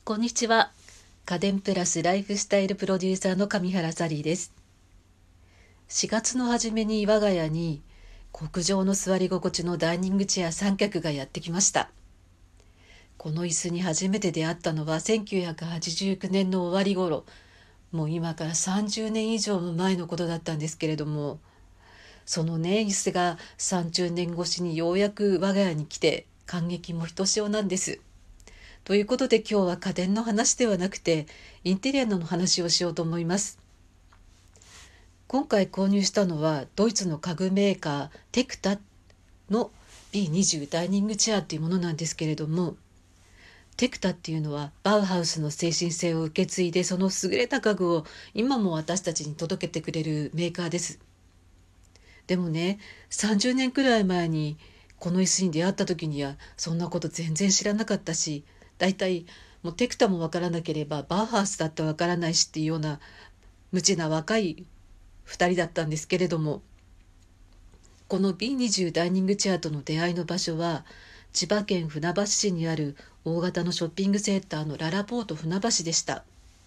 こんにちは。家電プラスライフスタイルプロデューサーの上原サリーです。4月の初めに我が家に極上の座り心地のダイニングチェア3脚がやってきました。この椅子に初めて出会ったのは1989年の終わり頃、もう今から30年以上も前のことだったんですけれども、そのね、椅子が30年越しにようやく我が家に来て感激もひとしおなんです。ということで今日は家電の話ではなくてインテリアの話をしようと思います。今回購入したのはドイツの家具メーカーテクタの B20 ダイニングチェアというものなんですけれども、テクタっていうのはバウハウスの精神性を受け継いで、その優れた家具を今も私たちに届けてくれるメーカーです。でもね、30年くらい前にこの椅子に出会った時にはそんなこと全然知らなかったし、だいたいもうテクタもわからなければバウハウスだってわからないしっていうような無知な若い2人だったんですけれども、この B20 ダイニングチェアとの出会いの場所は千葉県船橋市にある大型のショッピングセンターのララポート船橋でした。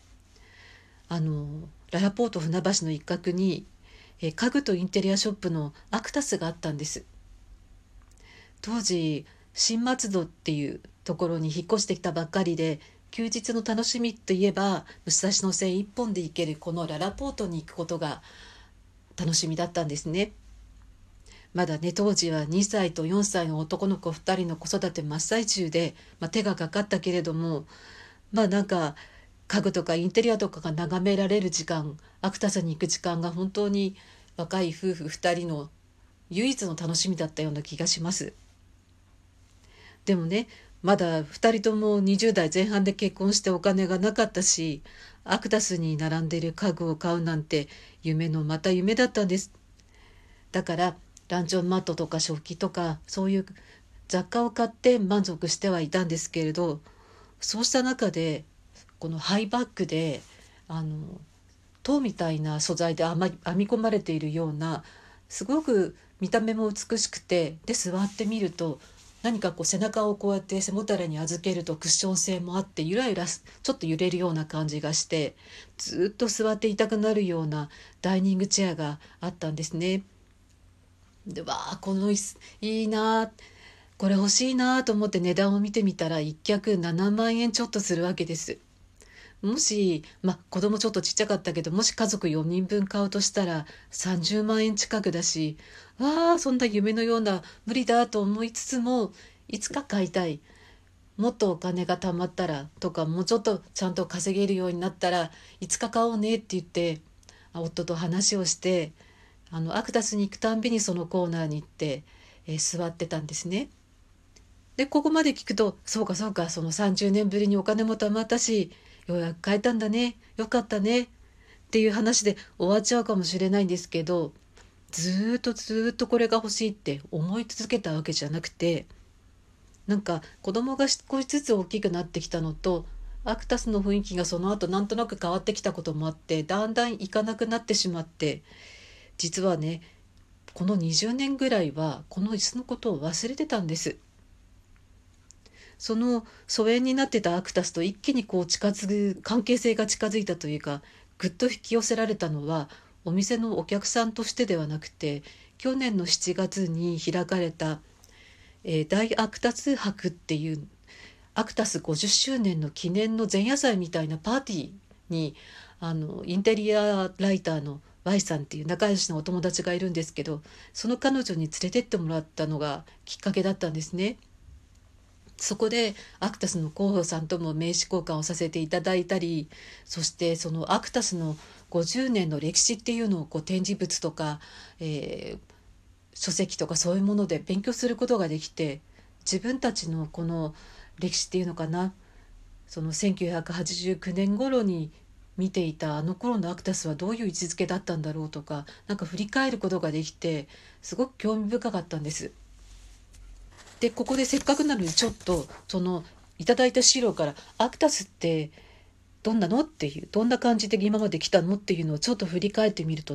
ララポート船橋の一角に家具とインテリアショップのアクタスがあったんです。当時新松戸っていうところに引っ越してきたばっかりで、休日の楽しみといえば武蔵野線一本で行けるこのララポートに行くことが楽しみだったんですね。まだね、当時は2歳と4歳の男の子2人の子育て真っ最中で、手がかかったけれども、なんか家具とかインテリアとかが眺められる時間、アクタスに行く時間が本当に若い夫婦2人の唯一の楽しみだったような気がします。でもね、まだ2人とも20代前半で結婚してお金がなかったし、アクタスに並んでいる家具を買うなんて夢のまた夢だったんです。だからランチョンマットとか食器とかそういう雑貨を買って満足してはいたんですけれど、そうした中でこのハイバックで籐みたいな素材で編み込まれているような、すごく見た目も美しくて、で座ってみると何かこう背中をこうやって背もたれに預けるとクッション性もあって、ゆらゆらちょっと揺れるような感じがして、ずっと座っていたくなるようなダイニングチェアがあったんですね。で、この椅子いいな、これ欲しいなと思って値段を見てみたら一脚7万円ちょっとするわけです。もし、子供ちょっとちっちゃかったけど、もし家族4人分買うとしたら30万円近くだし、そんな夢のような無理だと思いつつも、いつか買いたい、もっとお金が貯まったらとか、もうちょっとちゃんと稼げるようになったらいつか買おうねって言って、夫と話をして、アクタスに行くたんびにそのコーナーに行って、座ってたんですね。でここまで聞くと、そうかそうか、その30年ぶりにお金も貯まったし、ようやく買えたんだね、よかったねっていう話で終わっちゃうかもしれないんですけど、ずーっとこれが欲しいって思い続けたわけじゃなくて、なんか子供が少しずつ大きくなってきたのと、アクタスの雰囲気がその後なんとなく変わってきたこともあって、だんだん行かなくなってしまって、実はね、この20年ぐらいはこの椅子のことを忘れてたんです。その疎遠になってたアクタスと一気にこう関係性が近づいたというか、ぐっと引き寄せられたのはお店のお客さんとしてではなくて、去年の7月に開かれた、大アクタス博っていうアクタス50周年の記念の前夜祭みたいなパーティーに、インテリアライターの Y さんっていう仲良しのお友達がいるんですけど、その彼女に連れてってもらったのがきっかけだったんですね。そこでアクタスの広報さんとも名刺交換をさせていただいたり、そしてそのアクタスの50年の歴史っていうのをこう展示物とか、書籍とかそういうもので勉強することができて、自分たちのこの歴史っていうのかな、その1989年頃に見ていたあの頃のアクタスはどういう位置づけだったんだろうとか、なんか振り返ることができて、すごく興味深かったんです。でここでせっかくなのでちょっとそのいただいた資料からアクタスってどんなのっていう、どんな感じで今まで来たのっていうのをちょっと振り返ってみると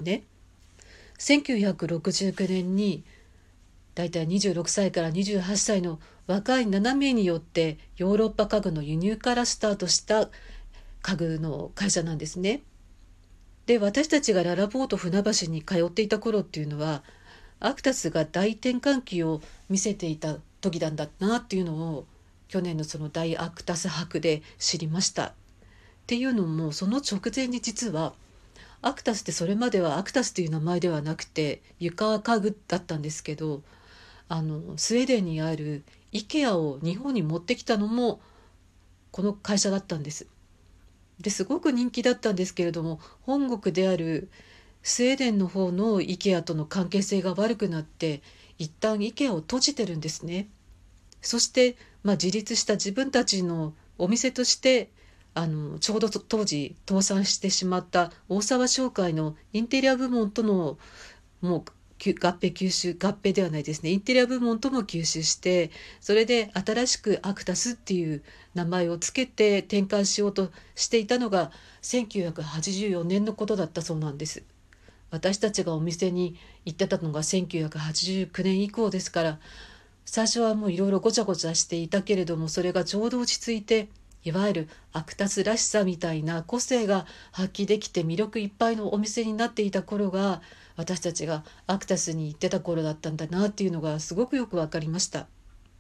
ね、1969年にだいたい26歳から28歳の若い7名によってヨーロッパ家具の輸入からスタートした家具の会社なんですね。で、私たちがララポート船橋に通っていた頃っていうのは、アクタスが大転換期を見せていた時なんだなっていうのを、去年のその大アクタス博で知りました。っていうのも、その直前に実はアクタスって、それまではアクタスという名前ではなくて床家具だったんですけど、スウェーデンにある IKEA を日本に持ってきたのもこの会社だったんです。ですごく人気だったんですけれども、本国であるスウェーデンの方の IKEA との関係性が悪くなって一旦 IKEA を閉じてるんですね。そして、自立した自分たちのお店としてちょうど当時倒産してしまった大沢商会のインテリア部門とのもう合併ではないですね、インテリア部門とも吸収して、それで新しくアクタスっていう名前をつけて転換しようとしていたのが1984年のことだったそうなんです。私たちがお店に行ってたのが1989年以降ですから、最初はもういろいろごちゃごちゃしていたけれども、それがちょうど落ち着いて、いわゆるアクタスらしさみたいな個性が発揮できて魅力いっぱいのお店になっていた頃が、私たちがアクタスに行ってた頃だったんだなっていうのがすごくよく分かりました。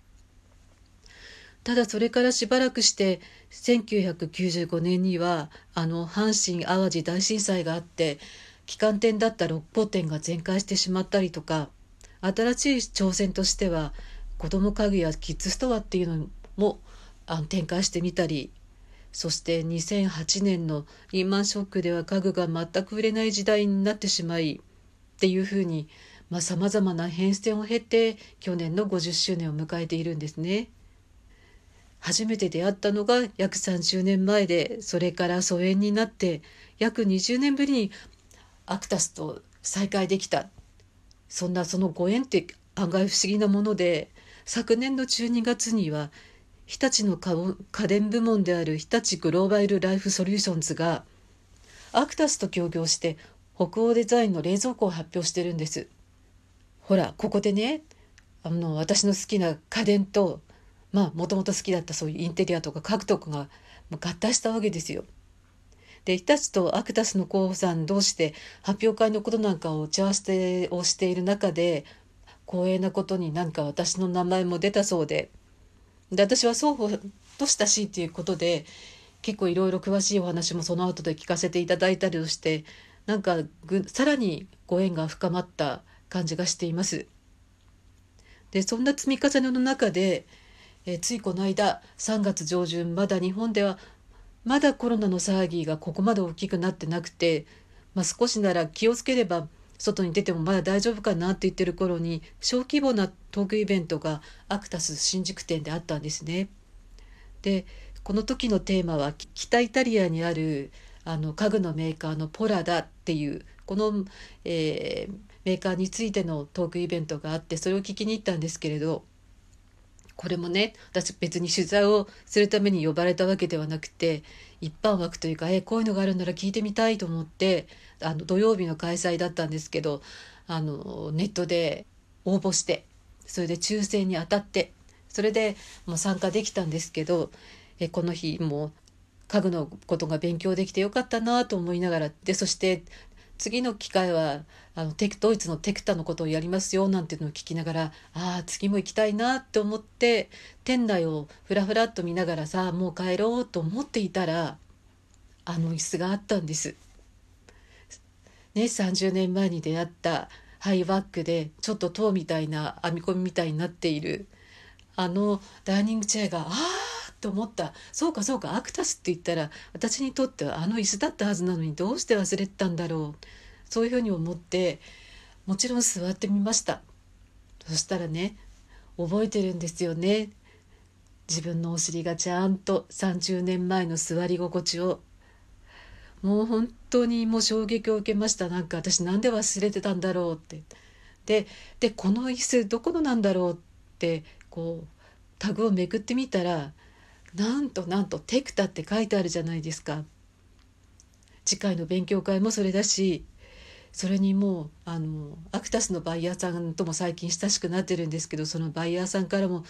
ただそれからしばらくして1995年には阪神・淡路大震災があって、旗艦店だった六甲店が全壊してしまったりとか、新しい挑戦としては子ども家具やキッズストアっていうのも展開してみたり、そして2008年のリーマンショックでは家具が全く売れない時代になってしまいっていうふうに、さまざまな変遷を経て去年の50周年を迎えているんですね。初めて出会ったのが約30年前で、それから疎遠になって約20年ぶりにアクタスと再会できた。そのご縁って案外不思議なもので、昨年の12月には日立の家電部門である日立グローバルライフソリューションズがアクタスと協業して北欧デザインの冷蔵庫を発表してるんです。ほら、ここでね、私の好きな家電と、もともと好きだったそういうインテリアとか家具とかが合体したわけですよ。で、日立とアクタスの候補さん同士で発表会のことなんかを打ち合わせをしている中で、光栄なことに私の名前も出たそうで、私は双方と親しいということで、結構いろいろ詳しいお話もその後で聞かせていただいたりして、さらにご縁が深まった感じがしています。で、そんな積み重ねの中で、ついこの間3月上旬、まだ日本ではまだコロナの騒ぎがここまで大きくなってなくて、少しなら気をつければ外に出てもまだ大丈夫かなって言ってる頃に、小規模なトークイベントがアクタス新宿店であったんですね。で、この時のテーマは北イタリアにある家具のメーカーのポラダっていうこの、メーカーについてのトークイベントがあって、それを聞きに行ったんですけれど、これもね、私別に取材をするために呼ばれたわけではなくて、一般枠というか、こういうのがあるなら聞いてみたいと思って、土曜日の開催だったんですけど、ネットで応募して、それで抽選に当たって、それでもう参加できたんですけど、この日も家具のことが勉強できてよかったなと思いながら、でそして次の機会はドイツのテクタのことをやりますよなんていうのを聞きながら、次も行きたいなって思って店内をふらふらっと見ながら、さあもう帰ろうと思っていたら、椅子があったんです。ね、30年前に出会ったハイバックでちょっと塔みたいな編み込みみたいになっているダイニングチェアがと思った。そうかそうか、アクタスって言ったら私にとっては椅子だったはずなのに、どうして忘れてたんだろう、そういうふうに思って、もちろん座ってみました。そしたらね、覚えてるんですよね、自分のお尻がちゃんと30年前の座り心地を。もう本当にもう衝撃を受けました。私なんで忘れてたんだろうって。でこの椅子どこのなんだろうってタグをめくってみたら、なんとテクタって書いてあるじゃないですか。次回の勉強会もそれだし、それにもうアクタスのバイヤーさんとも最近親しくなってるんですけど、そのバイヤーさんからも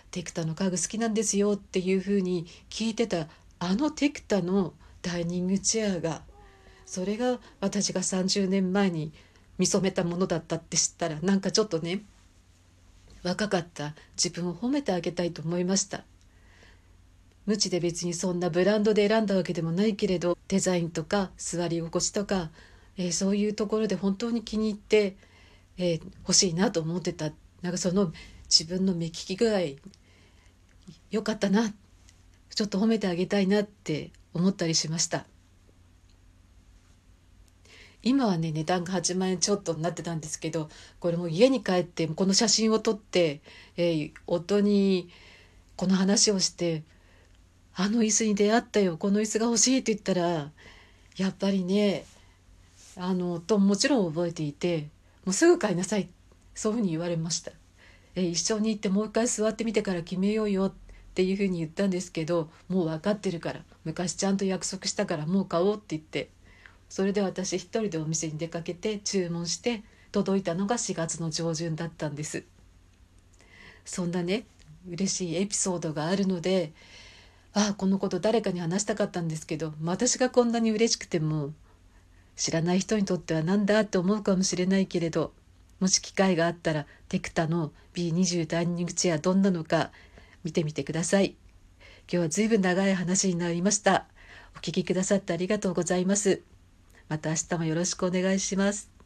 テクタの家具好きなんですよっていうふうに聞いてたあのテクタのダイニングチェアが、それが私が30年前に見初めたものだったって知ったら、なんかちょっとね、若かった自分を褒めてあげたいと思いました。無知で別にそんなブランドで選んだわけでもないけれど、デザインとか座り心地とか、そういうところで本当に気に入って、欲しいなと思ってた。なんかその自分の目利き具合良かったな、ちょっと褒めてあげたいなって思ったりしました。今はね値段が8万円ちょっとになってたんですけど、これも家に帰ってこの写真を撮って、夫にこの話をして、あの椅子に出会ったよ、この椅子が欲しいって言ったら、やっぱりね、もちろん覚えていて、もうすぐ買いなさい、そういうふうに言われました。一緒に行ってもう一回座ってみてから決めようよっていうふうに言ったんですけど、もう分かってるから、昔ちゃんと約束したからもう買おうって言って、それで私一人でお店に出かけて注文して、届いたのが4月の上旬だったんです。そんなね嬉しいエピソードがあるので、このこと誰かに話したかったんですけど、私がこんなに嬉しくても知らない人にとってはなんだって思うかもしれないけれど、もし機会があったらテクタの B20 ダイニングチェアどんなのか見てみてください。今日はずいぶん長い話になりました。お聞きくださってありがとうございます。また明日もよろしくお願いします。